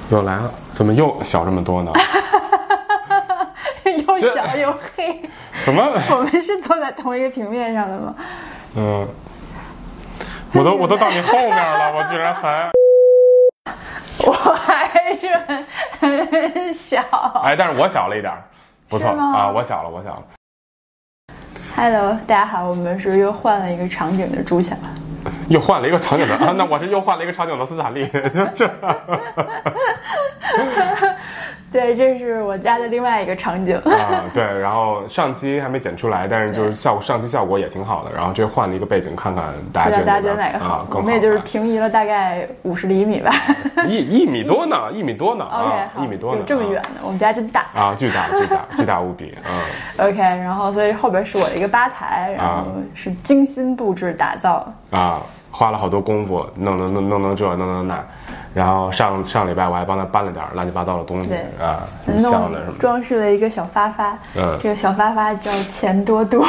又来了，怎么又小这么多呢？ 又小又黑。 怎么？ 我们是坐在同一个平面上的吗？ 嗯，我都到你后面了，我居然还。 我还是很小。 哎，但是我小了一点，不错啊，我小了。 Hello， 大家好，我们是又换了一个场景的朱晓。 又换了一个场景的啊，那我是又换了一个场景的斯坦利。 对，这是我家的另外一个场景啊，对，然后上期还没剪出来，但是就是上期效果也挺好的，然后这换了一个背景，看看大家觉得哪个好？ 更好。 我们也就是平移了大概50厘米吧， 一米多呢，1米多呢啊 ，1米多呢， 有这么远呢？我们家真大啊，巨大无比， OK， 然后所以后边是我的一个吧台，然后是精心布置打造啊，花了好多功夫，弄这弄那。然后上礼拜我还帮他搬了点乱七八糟的东西啊，什么箱子什么， 装饰了一个小发发，这个小发发叫钱多多，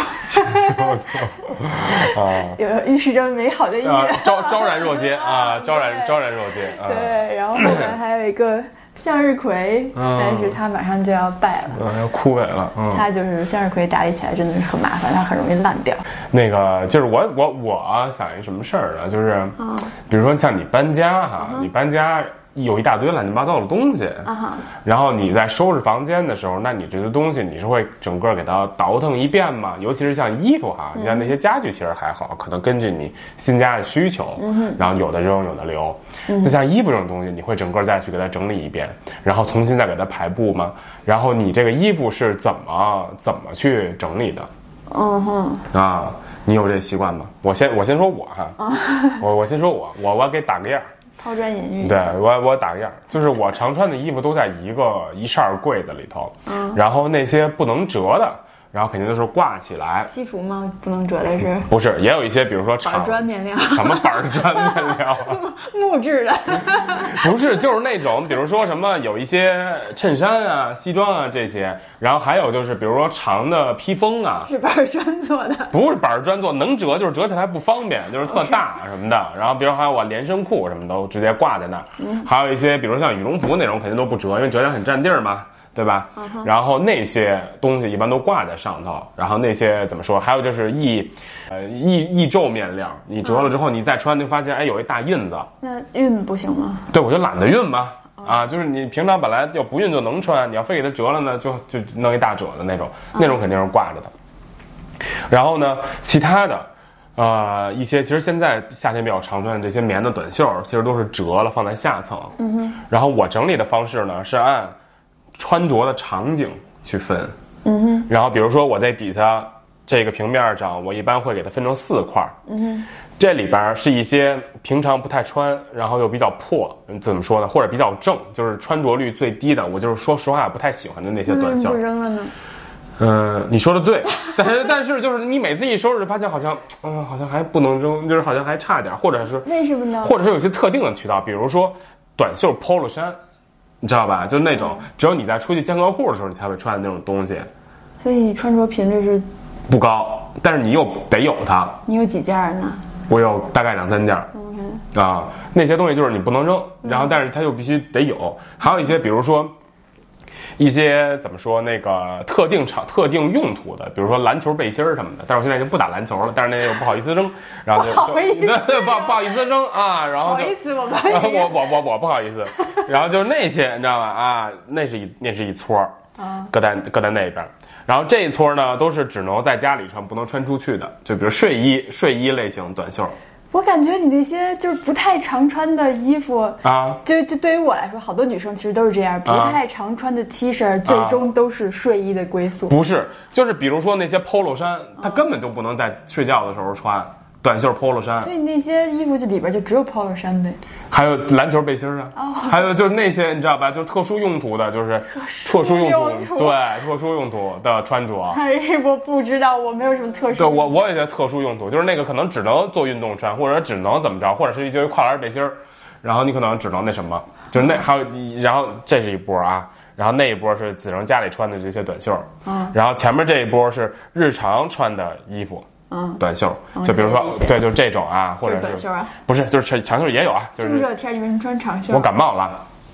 啊，预示着美好的意愿， 昭然若揭啊，昭然若揭， 对，然后后面还有一个向日葵，但是它马上就要败了， 要枯萎了。 它就是向日葵打理起来真的是很麻烦，它很容易烂掉。 那个就是我想一什么事儿呢？就是，比如说像你搬家哈，你搬家有一大堆乱七八糟的东西，然后你在收拾房间的时候，那你这些东西你是会整个给它倒腾一遍吗？尤其是像衣服哈，你像那些家具其实还好，可能根据你新家的需求，然后有的扔有的留。那像衣服这种东西，你会整个再去给它整理一遍，然后重新再给它排布吗？然后你这个衣服是怎么去整理的？你有这习惯吗？我先说我哈，我先说我给打个样。 抛砖引玉。 对，我打个样，就是我常穿的衣服都在一扇柜子里头，然后那些不能折的，然后肯定都是挂起来。 西服吗？不能折的是？ 不是，也有一些，比如说板砖面料。 什么板砖面料？ 木质的。 不是，就是那种，比如说什么有一些衬衫啊、西装啊这些，然后还有就是比如说长的披风啊， 是板砖做的。 不是板砖做，能折，就是折起来不方便，就是特大什么的。然后比如还有我连身裤什么都直接挂在那儿，还有一些比如像羽绒服那种肯定都不折，因为折起来很占地儿嘛。对吧？然后那些东西一般都挂在上头，然后那些怎么说？还有就是易皱面料，你折了之后你再穿就发现有一大印子。 那熨不行吗？ 对，我就懒得熨嘛。就是你平常本来要不熨就能穿，你要非给它折了呢，就弄一大褶的那种，那种肯定是挂着的。然后呢，其他的。一些其实现在夏天比较常穿的这些棉的短袖，其实都是折了放在下层。然后我整理的方式呢是按穿着的场景去分，然后比如说我在底下这个平面上，我一般会给它分成4块，这里边是一些平常不太穿，然后又比较破，怎么说呢？或者比较正，就是穿着率最低的，我就是说实话不太喜欢的那些短袖。 不扔了呢？ 你说的对，但是就是你每次一收拾，发现好像还不能扔，就是好像还差点，或者是为什么呢？ 或者是有些特定的渠道，比如说短袖 polo 衫。你知道吧？就是那种只有你在出去见客户的时候，你才会穿的那种东西。 所以你穿着频率是不高，但是你又得有它。 你有几件呢？ 我有大概2、3件。那些东西就是你不能扔，然后但是它又必须得有。还有一些，比如说一些怎么说那个特定用途的，比如说篮球背心什么的。但是我现在已经不打篮球了，但是那又不好意思扔，然后就不好意思扔啊，然后就不好意思，我不好意思，然后就是那些你知道吧？那是一撮搁在那边。然后这一撮呢都是只能在家里穿，不能穿出去的，就比如睡衣类型短袖。 我感觉你那些就是不太常穿的衣服就对于我来说，好多女生其实都是这样，不太常穿的 T 恤最终都是睡衣的归宿。 不是，就是比如说那些 polo 衫，它根本就不能在睡觉的时候穿。短袖 polo 衫， 所以那些衣服就里边就只有 polo 衫呗， 还有篮球背心还有就是那些你知道吧，就特殊用途的，就是特殊用途，对，特殊用途的穿着。 我不知道，我没有什么特殊。 对，我也觉得特殊用途，就是那个可能只能做运动穿，或者只能怎么着，或者是就是跨栏背心，然后你可能只能那什么，就是那还有，然后这是一波然后那一波是只能家里穿的这些短袖，然后前面这一波是日常穿的衣服。短袖，就比如说，对，就是这种或者是短袖不是，就是长袖也有就是这么热天你为什么穿长袖？ 我感冒了。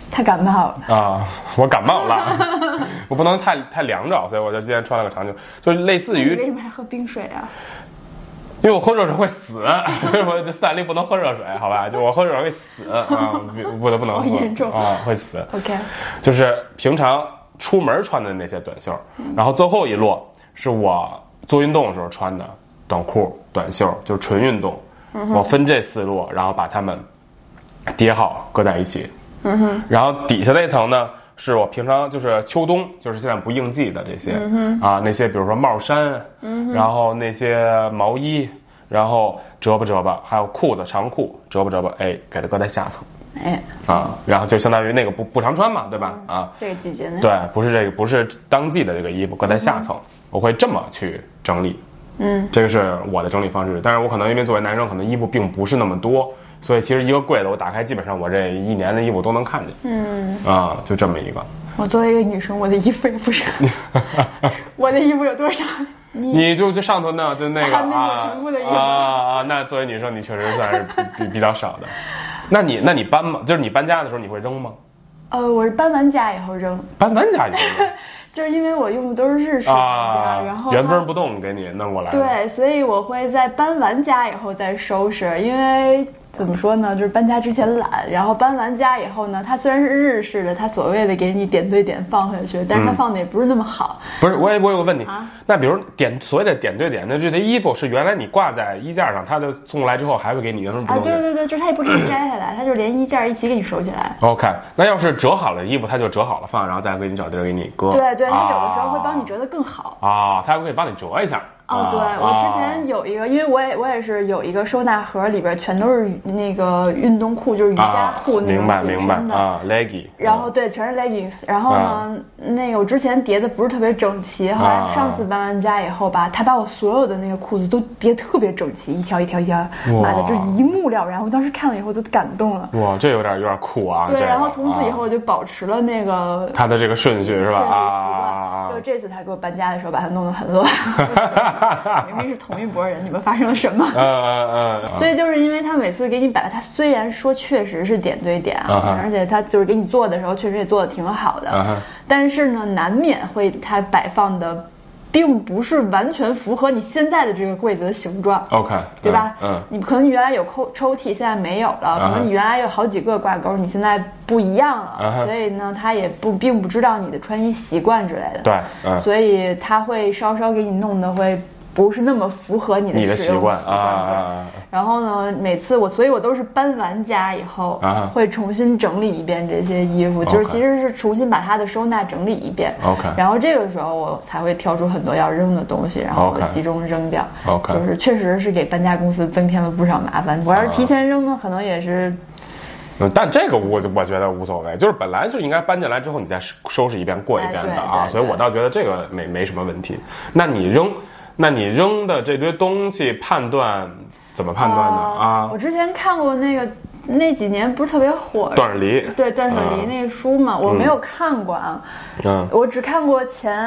他感冒了啊，我感冒了，我不能太凉着，所以我就今天穿了个长袖，就是类似于。 你为什么还喝冰水啊？ 因为我喝热水会死，我这3例不能喝热水，好吧？就我喝热水会死啊，不能喝， 好严重啊，会死。 OK， 就是平常出门穿的那些短袖，然后最后一摞是我做运动的时候穿的短裤、短袖，就是纯运动。我分这4摞，然后把它们叠好，搁在一起。然后底下那一层呢，是我平常就是秋冬，就是现在不应季的这些啊，那些比如说帽衫，然后那些毛衣，然后折吧，还有裤子长裤折吧，哎，给它搁在下层， 哎啊，然后就相当于那个不常穿嘛，对吧？啊， 这个季节呢？ 对，不是当季的这个衣服搁在下层，我会这么去整理，这个是我的整理方式。但是我可能因为作为男生，可能衣服并不是那么多。所以其实一个柜子我打开，基本上我这1年的衣服都能看见。就这么一个。 我作为一个女生，我的衣服也不少。我的衣服有多少？ 你就这上头呢，就那个啊，全部的衣服那作为女生，你确实算是比较少的。那你搬吗？就是你搬家的时候你会扔吗？ 我是搬完家以后扔。 搬完家以后扔。 就是因为我用的都是日式家，然后原封不动给你弄过来。 对，所以我会在搬完家以后再收拾，因为怎么说呢，就是搬家之前懒，然后搬完家以后呢，它虽然是日式的，它所谓的给你点对点放下去，但是它放的也不是那么好。 不是，我有个问题那比如所谓的点对点，那这些衣服是原来你挂在衣架上，它的送过来之后还会给你原封不动对，就是它也不给你摘下来，它就是连衣架一起给你收起来。 OK， 那要是折好了衣服，它就折好了放，然后再给你找地儿给你搁。 对，它有的时候会帮你折得更好它还可以帮你折一下。 对，我之前有一个，因为我也是有一个收纳盒，里边全都是那个运动裤，就是瑜伽裤那种紧身的 legging。 然后对，全是 leggings。然后呢，那个我之前叠的不是特别整齐，后来上次搬完家以后吧，他把我所有的那个裤子都叠特别整齐，一条一条，妈的，就一目了然。我当时看了以后都感动了。 哇，这有点酷啊！ 对，然后从此以后我就保持了那个他的这个顺序是吧？ 顺序习惯。就这次他给我搬家的时候，把它弄得很乱。明明是同一拨人，你们发生了什么？所以就是因为他每次给你摆，他虽然说确实是点对点而且他就是给你做的时候确实也做的挺好的但是呢，难免会他摆放的并不是完全符合你现在的这个柜子的形状 ，OK， 对吧？你可能原来有抽屉，现在没有了，可能你原来有好几个挂钩，你现在不一样了，所以呢，他也并不知道你的穿衣习惯之类的， 对， 所以他会稍稍给你弄得会不是那么符合你的使用习惯然后呢，所以我都是搬完家以后会重新整理一遍这些衣服，就是其实是重新把它的收纳整理一遍。然后这个时候我才会挑出很多要扔的东西，然后我集中扔掉。就是确实是给搬家公司增添了不少麻烦。我要是提前扔呢，可能也是。 但这个我觉得无所谓，就是本来就应该搬进来之后你再收拾一遍过一遍的所以我倒觉得这个没什么问题。那你扔的这堆东西怎么判断呢？ 我之前看过那几年不是特别火断舍离， 对断舍离那个书嘛，我没有看过我只看过前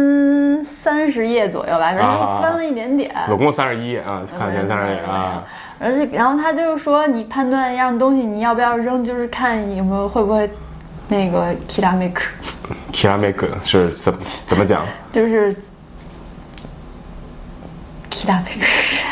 30页左右吧，然后翻了一点点， 总共31看前30页然后他就是说，你判断一样东西你要不要扔，就是看你会不会那个 kiramik 是怎么讲？ 就是kiramik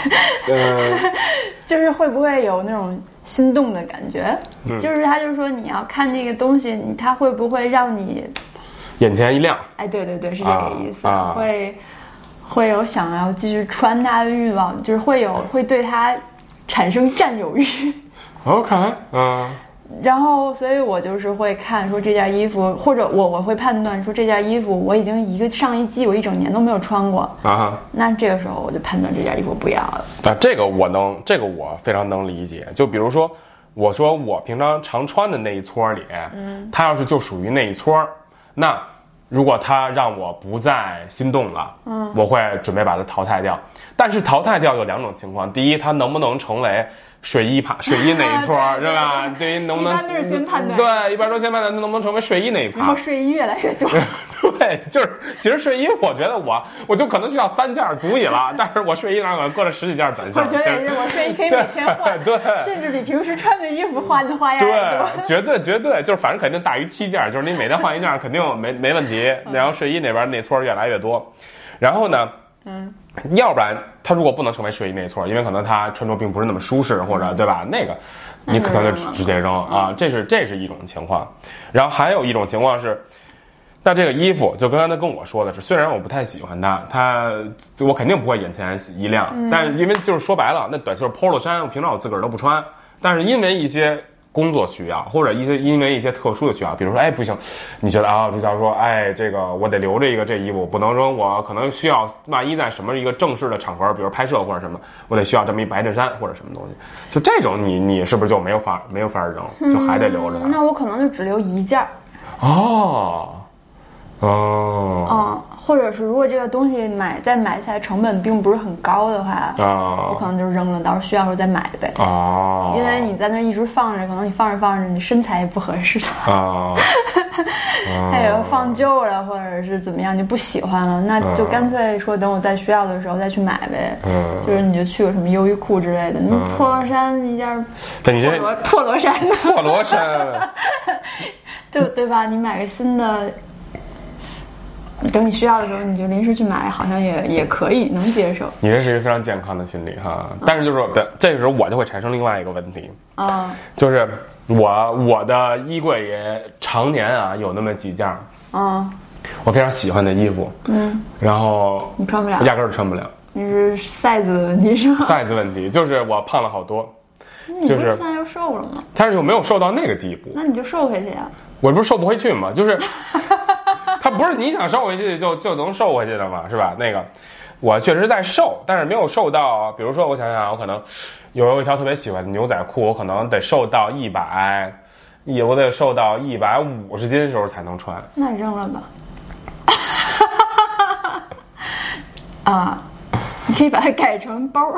就是会不会有那种心动的感觉？就是他就说你要看这个东西，它会不会让你眼前一亮？ 对，是这个意思，会有想要继续穿它的欲望，就是会对它产生占有欲。 OK， 然后，所以我就是会看说这件衣服，或者我会判断说这件衣服我已经上一季我一整年都没有穿过那这个时候我就判断这件衣服不要了。 这个我非常能理解。就比如说，我说我平常常穿的那一撮里，它要是就属于那一撮，那如果它让我不再心动了，我会准备把它淘汰掉。但是淘汰掉有2种情况：第一，它能不能成为睡衣那一撮是吧？对于能不能一般都是先判断， 对，一般都先判断能不能成为睡衣那一趴。 然后睡衣越来越多。 对，就是其实睡衣，我觉得我就可能需要3件足矣了，但是我睡衣上可能搁了10几件短袖。 我觉得也是，我睡衣可以每天换， 对， 甚至比平时穿的衣服换的花样对，绝对，就是反正肯定大于7件，就是你每天换1件肯定没问题。然后睡衣那边内撮越来越多，然后呢，要不然他如果不能成为睡衣内撮，因为可能他穿着并不是那么舒适，或者对吧？那个你可能就直接扔啊，这是一种情况。然后还有一种情况是，那这个衣服就刚才他跟我说的是，虽然我不太喜欢它我肯定不会眼前一亮，但是因为就是说白了，那短袖 polo 衫我平常我自个儿都不穿，但是因为一些工作需要，或者因为一些特殊的需要，比如说不行，你觉得啊，朱教说这个我得留着这衣服，我不能扔，我可能需要万一在什么一个正式的场合，比如拍摄或者什么，我得需要这么一白衬衫或者什么东西，就这种你是不是就没有法扔，就还得留着它？ 那我可能就只留1件。或者是如果这个东西买下来成本并不是很高的话，我可能就扔了，到时候需要时候再买呗。因为你在那一直放着，可能你放着放着，你身材也不合适了。它也放旧了，或者是怎么样，就不喜欢了，那就干脆说等我在需要的时候再去买呗。就是你就去个什么优衣库之类的，你polo衫一件破罗衫，对吧？你买个新的。等你需要的时候，你就临时去买，好像也可以，能接受。 你这是一个非常健康的心理哈，但是就是说，这个时候我就会产生另外一个问题就是我的衣柜也常年有那么几件我非常喜欢的衣服，然后你穿不了， 压根儿穿不了。 你是 size 的问题是吧 ？size 问题就是我胖了好多， 你不是现在又瘦了吗？ 但是又没有瘦到那个地步。 那你就瘦回去呀！ 我不是瘦不回去吗？就是。它不是你想瘦回去就能瘦回去的嘛，是吧？那个，我确实在瘦，但是没有瘦到，比如说我想想，我可能有一条特别喜欢的牛仔裤，我可能得瘦到我得瘦到150斤的时候才能穿。 那你扔了吧。你可以把它改成包。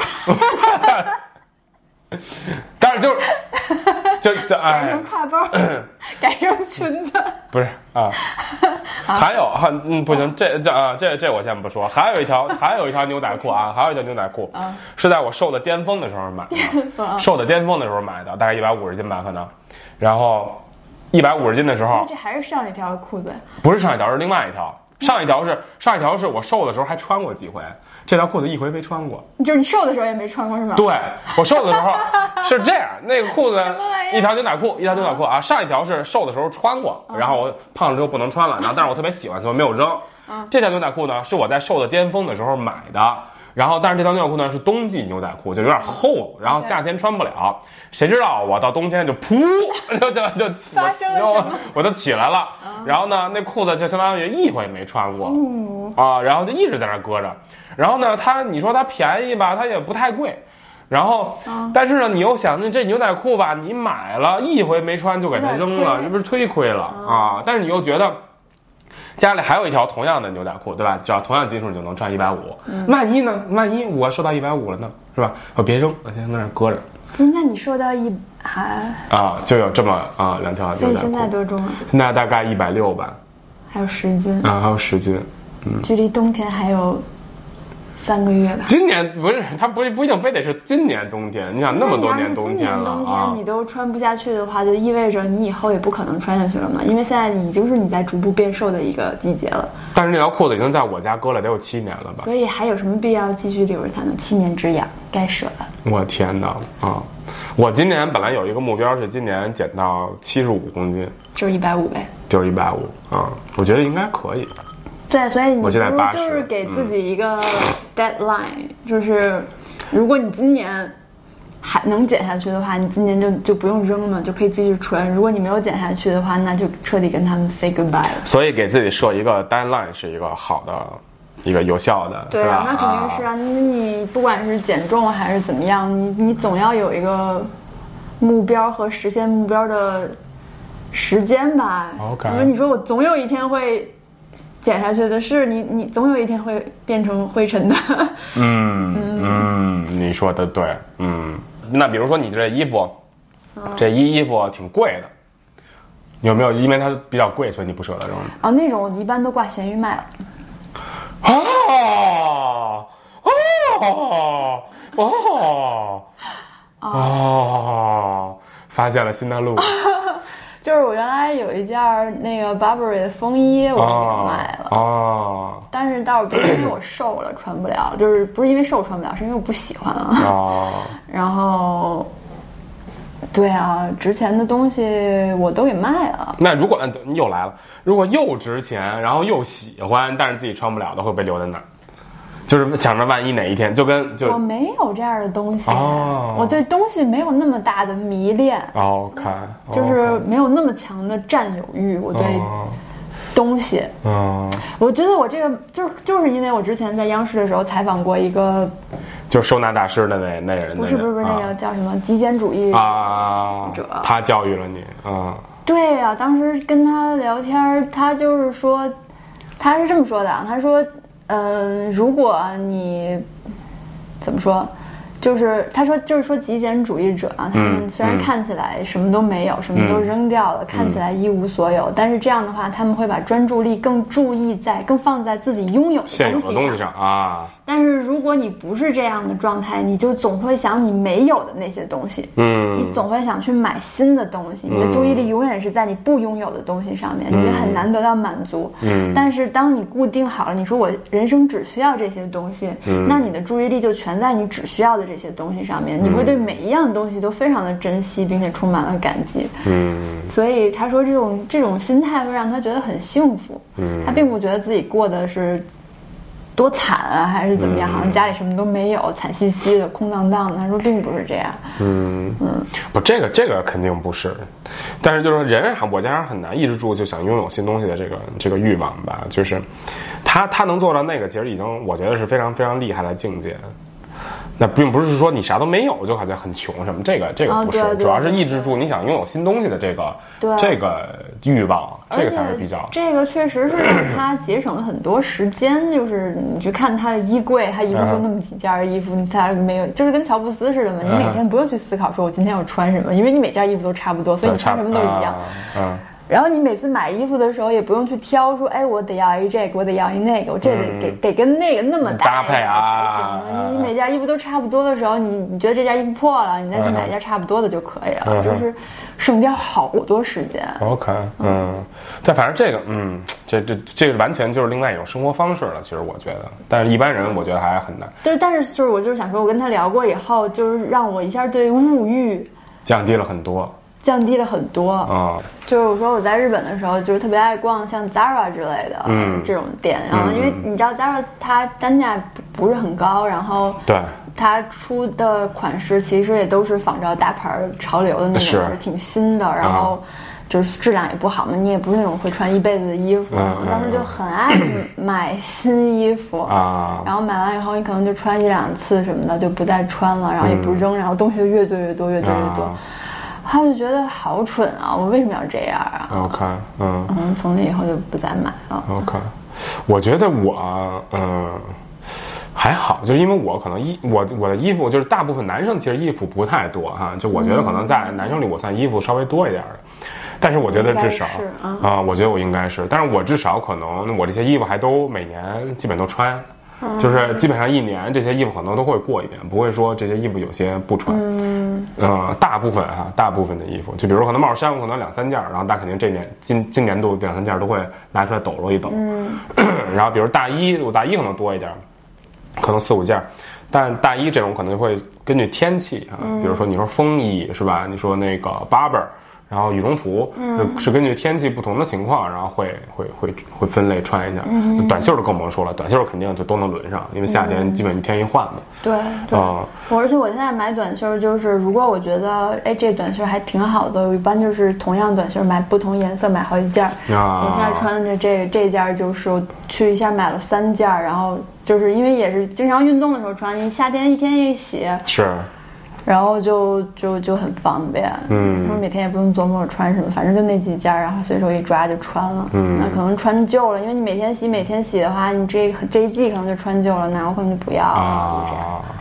但是就改成挎包，改成裙子， 不是还有不行，这我先不说。还有一条牛仔裤是在我瘦的巅峰的时候买的，瘦的巅峰的时候买的，大概150斤吧可能，然后150斤的时候， 这还是上一条裤子？ 不是上一条，是另外一条。上一条是我瘦的时候还穿过几回，这条裤子一回没穿过。 就是你瘦的时候也没穿过是吗？ 对，我瘦的时候是这样，那个裤子一条牛仔裤上一条是瘦的时候穿过，然后我胖了之后不能穿了，然后但是我特别喜欢，所以没有扔。这条牛仔裤呢是我在瘦的巅峰的时候买的，然后但是这条牛仔裤呢是冬季牛仔裤，就有点厚，然后夏天穿不了。谁知道我到冬天就噗就发生了什么？ 我就起来了，然后呢那裤子就相当于一回没穿过然后就一直在那搁着。然后呢你说它便宜吧，它也不太贵。然后但是呢你又想这牛仔裤吧，你买了一回没穿就给它扔了，这不是忒亏了但是你又觉得家里还有一条同样的牛仔裤，对吧？只要同样斤数你就能穿150。万一呢？万一我瘦到150了呢？是吧？我别扔，我先在那搁着。 那你瘦到就有这么2条牛仔裤。 所以现在多重了？ 现在大概160吧。 还有10斤还有10斤。 距离冬天还有3个月吧。 今年不是，它不一定非得是今年冬天。你想那么多年冬天了冬天你都穿不下去的话，就意味着你以后也不可能穿下去了嘛。因为现在已经是你在逐步变瘦的一个季节了。 但是那条裤子已经在我家搁了得有7年了吧？ 所以还有什么必要继续留着它呢？7年之痒，该舍了。 我天哪我今年本来有一个目标是今年减到75公斤， 就是150呗。 就是150我觉得应该可以。 对，所以你我现在80， 就是给自己一个 deadline，就是如果你今年还能减下去的话，你今年就不用扔了，就可以继续穿。如果你没有减下去的话，那就彻底跟他们 say goodbye 了。 所以给自己设一个 deadline 是一个好的。一个有效的， 对啊，那肯定是啊。你不管是减重还是怎么样，你总要有一个目标和实现目标的时间吧。 OK。 你说我总有一天会减下去的，是你总有一天会变成灰尘的。 你说的对。 那比如说你这衣服，这衣服挺贵的，有没有因为它比较贵，所以你不舍得扔？ 啊，那种一般都挂闲鱼卖了。 发现了新的路。 就是我原来有一件那个 Burberry 的风衣，我给卖了。但是倒是不是因为我瘦了穿不了，就是不是因为瘦穿不了，是因为我不喜欢了。然后，对啊，值钱的东西我都给卖了。 那如果又来了，如果又值钱，然后又喜欢，但是自己穿不了的，会被留在哪儿？就是想着万一哪一天就我没有这样的东西，我对东西没有那么大的迷恋。 OK， 就是没有那么强的占有欲。我对东西，我觉得我这个就是因为我之前在央视的时候采访过一个， 就收纳大师的那人， 不是那个叫什么极简主义者， 他教育了你对呀，当时跟他聊天，他就是说，他是这么说的，他说。如果你怎么说，就是他说，就是说极简主义者啊，他们虽然看起来什么都没有，什么都扔掉了，看起来一无所有，但是这样的话，他们会把专注力更放在自己拥有的东西上啊。但是如果你不是这样的状态，你就总会想你没有的那些东西，你总会想去买新的东西，你的注意力永远是在你不拥有的东西上面，你很难得到满足。但是当你固定好了，你说我人生只需要这些东西，那你的注意力就全在你只需要的这些东西上面，你会对每一样东西都非常的珍惜，并且充满了感激。所以他说这种心态会让他觉得很幸福。他并不觉得自己过的是多惨啊，还是怎么样？好像家里什么都没有，惨兮兮的，空荡荡的。他说并不是这样。 不，这个肯定不是。但是就是人，我家很难抑制住就想拥有新东西的这个欲望吧。就是他能做到那个，其实已经我觉得是非常非常厉害的境界。那并不是说你啥都没有就好像很穷什么，这个不是，主要是抑制住你想拥有新东西的这个欲望，这个才是比较。 这个确实是让他节省了很多时间，就是你去看他的衣柜，他一共就那么几件衣服，他没有，就是跟乔布斯似的嘛，你每天不用去思考说我今天要穿什么，因为你每件衣服都差不多，所以你穿什么都一样。然后你每次买衣服的时候也不用去挑说，哎，我得要一这个，我得要一那个，我这得跟那个那么搭配啊。 你每件衣服都差不多的时候，你觉得这件衣服破了，你再去买一件差不多的就可以了，就是省掉好多时间。 OK， 但反正这个，这完全就是另外一种生活方式了。其实我觉得，但是一般人我觉得还很难。 但是就是我就是想说，我跟他聊过以后，就是让我一下对物欲降低了很多。 就是我说我在日本的时候，就是特别爱逛像 Zara 之类的这种店，然后因为你知道 Zara 它单价不是很高，然后对它出的款式其实也都是仿照大牌潮流的那种，就是挺新的，然后就是质量也不好嘛，你也不是那种会穿一辈子的衣服，当时就很爱买新衣服然后买完以后你可能就穿1-2次什么的就不再穿了，然后也不扔，然后东西就越堆越多。他就觉得好蠢啊！我为什么要这样啊 ？OK， 从那以后就不再买了。 OK， 我觉得我还好，就是因为我可能我的衣服就是大部分男生其实衣服不太多哈，就我觉得可能在男生里我算衣服稍微多一点的，但是我觉得至少我觉得我应该是，但是我至少可能我这些衣服还都每年基本都穿。就是基本上一年这些衣服可能都会过一遍，不会说这些衣服有些不穿。大部分的衣服，就比如可能帽衫我可能2-3件，然后但肯定这年今年度2-3件都会拿出来抖搂一抖。然后比如大衣，我大衣可能多一点，可能4-5件，但大衣这种可能会根据天气比如说你说风衣是吧？你说那个 Barber。然后羽绒服是根据天气不同的情况，然后会分类穿一下。短袖就更甭说了，短袖肯定就都能轮上，因为夏天基本一天一换嘛。 对，而且我现在买短袖就是，如果我觉得这短袖还挺好的，我一般就是同样短袖买不同颜色买好几件。我现在穿的这件就是我去一下买了3件，然后就是因为也是经常运动的时候穿，你夏天一天一洗是。 然后就很方便，我每天也不用琢磨我穿什么，反正就那几件，然后随手一抓就穿了。那可能穿旧了，因为你每天洗的话，你这一季可能就穿旧了，那我可能就不要了，就这样。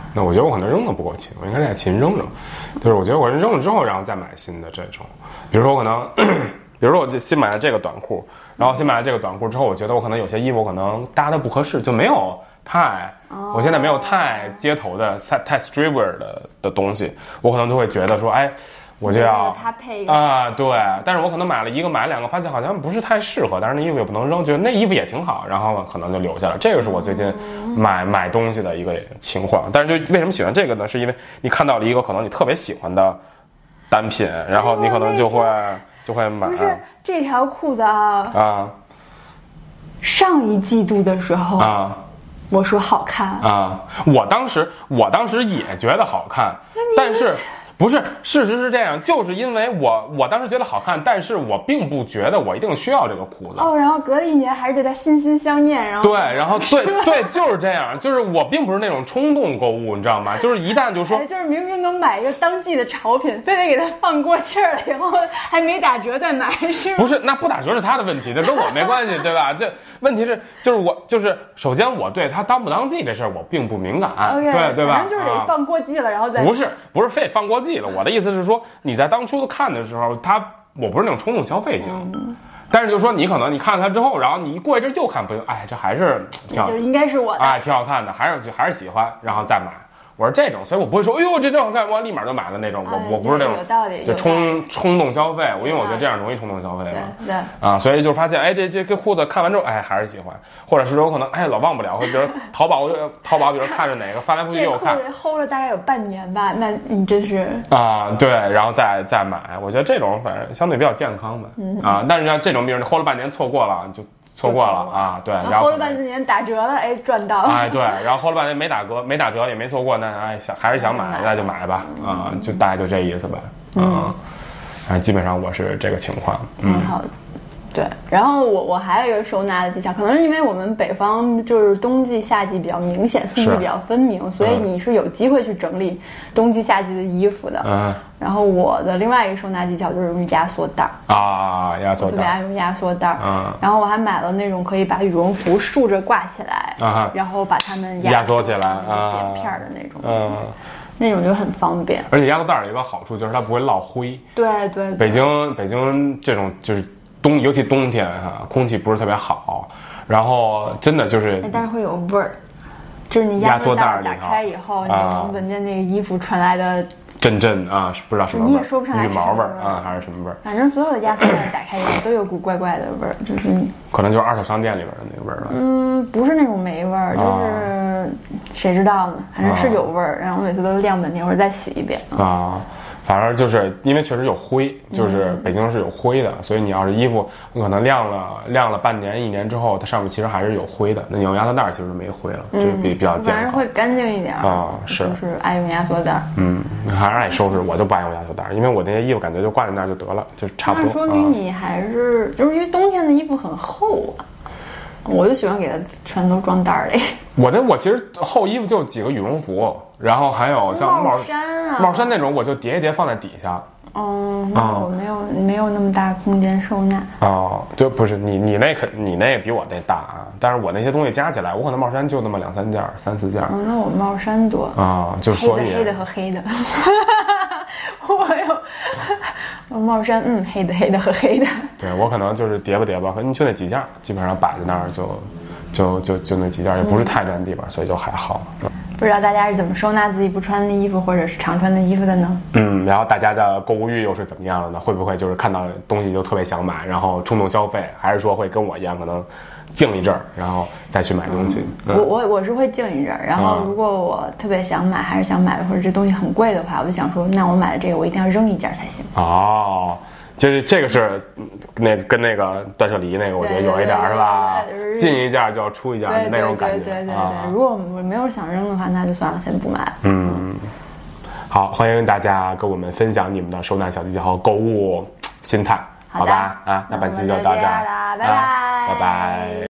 那我觉得我可能扔的不够勤，我应该把琴扔扔。就是我觉得我扔了之后，然后再买新的这种。比如说我可能，比如说我就新买了这个短裤，然后新买了这个短裤之后，我觉得我可能有些衣服可能搭的不合适，就没有太，我现在没有太街头的、太 streetwear 的东西，我可能就会觉得说，哎。我就要它配对，但是我可能买了一个买两个，发现好像不是太适合，但是那衣服也不能扔，觉得那衣服也挺好，然后可能就留下了。这个是我最近买东西的一个情况。但是就为什么喜欢这个呢？是因为你看到了一个可能你特别喜欢的单品，然后你可能就会买。 不是这条裤子啊，上一季度的时候啊，我说好看啊，我当时也觉得好看，但是。不是，事实是这样，就是因为我当时觉得好看，但是我并不觉得我一定需要这个裤子。 然后隔了1年还是对它心心相念，然后对，就是这样，就是我并不是那种冲动购物，你知道吗？就是一旦就说， 就是明明能买一个当季的潮品，非得给它放过气儿了以后还没打折再买，是吗？ 不是，那不打折是他的问题，这跟我没关系，对吧？这问题是就是首先我对它当不当季这事儿我并不敏感， okay, 对吧？ 反正就是得放过季了，然后再不是非放过季。我的意思是说，你在当初看的时候，我不是那种冲动消费型，但是就是说你可能你看了它之后，然后你一过一阵又看，不行，哎，这还是挺好， 就应该是我的， 哎，挺好看的，还是喜欢，然后再买。我是这种，所以我不会说，哎呦，这真好看，我立马就买了那种。我不是那种有道理， 就冲动消费。因为我觉得这样容易冲动消费嘛。 对啊，所以就发现，哎，这裤子看完之后，哎，还是喜欢，或者是有可能，哎，老忘不了，或者比如淘宝，比如看着哪个翻来覆去又看。 这裤子 hold 了大概有半年吧，那你真是啊，对，然后再买，我觉得这种反正相对比较健康吧。啊，但是像这种，比如你 hold 了半年，错过了就。错过了啊，对，然后 hold 了半年打折了，哎，赚到了， 哎，对，然后 hold 了半年没打折也没错过，那哎还是想买，那就买吧，啊，就大概就这意思吧，基本上我是这个情况， 好的。对，然后我还有一个收纳的技巧，可能是因为我们北方就是冬季夏季比较明显，四季比较分明，所以你是有机会去整理冬季夏季的衣服的。然后我的另外一个收纳技巧就是用压缩袋啊，压缩袋， 我特别爱用压缩袋。然后我还买了那种可以把羽绒服竖着挂起来，然后把它们压缩起来扁片的那种。那种就很方便， 而且压缩袋有一个好处就是它不会落灰。 对， 北京这种就是尤其冬天空气不是特别好，然后真的就是， 但是会有味儿，就是你压缩袋打开以后，你能闻见那个衣服传来的阵啊，不知道什么味儿， 你也说不上来羽毛味儿啊，还是什么味儿？ 反正所有的压缩袋打开以后都有股怪怪的味儿，就是可能就是二手商店里边的那个味儿吧。 不是那种霉味儿，就是谁知道呢？反正是有味儿，然后我每次都晾半天或者再洗一遍啊。反正就是因为确实有灰，就是北京是有灰的，所以你要是衣服你可能晾了半年1年之后，它上面其实还是有灰的。那你用压缩袋其实没灰了，就比较健康， 反正会干净一点就是爱用压缩袋。 还是爱收拾，我就不爱用压缩袋，因为我那些衣服感觉就挂在那儿就得了，就差不多。 那说明你还是就是因为冬天的衣服很厚啊。我就喜欢给它全都装袋里。 我其实厚衣服就几个羽绒服，然后还有像帽衫那种，我就叠一叠放在底下。 那我没有那么大空间收纳。 就不是你那比我那大啊，但是我那些东西加起来，我可能帽衫就那么2-3件、3-4件。 那我帽衫多就所以黑的和黑的。我帽衫黑的和黑的。对， 我可能就是叠吧，你就那几件，基本上摆在那儿就那几件，也不是太占地方，所以就还好。 不知道大家是怎么收纳自己不穿的衣服或者是常穿的衣服的呢？ 然后大家的购物欲又是怎么样的呢？会不会就是看到东西就特别想买，然后冲动消费，还是说会跟我一样可能静一阵儿，然后再去买东西？ 我是会静一阵儿，然后如果我特别想买，还是想买或者这东西很贵的话，我就想说，那我买了这个，我一定要扔一件才行。 就是这个是跟那个断舍离那个，我觉得有一点是吧？进一件就要出一件的那种感觉。 对。如果我没有想扔的话，那就算了，先不买了。 好，欢迎大家跟我们分享你们的收纳小技巧和购物心态，好吧？那本期就到这儿， 拜拜。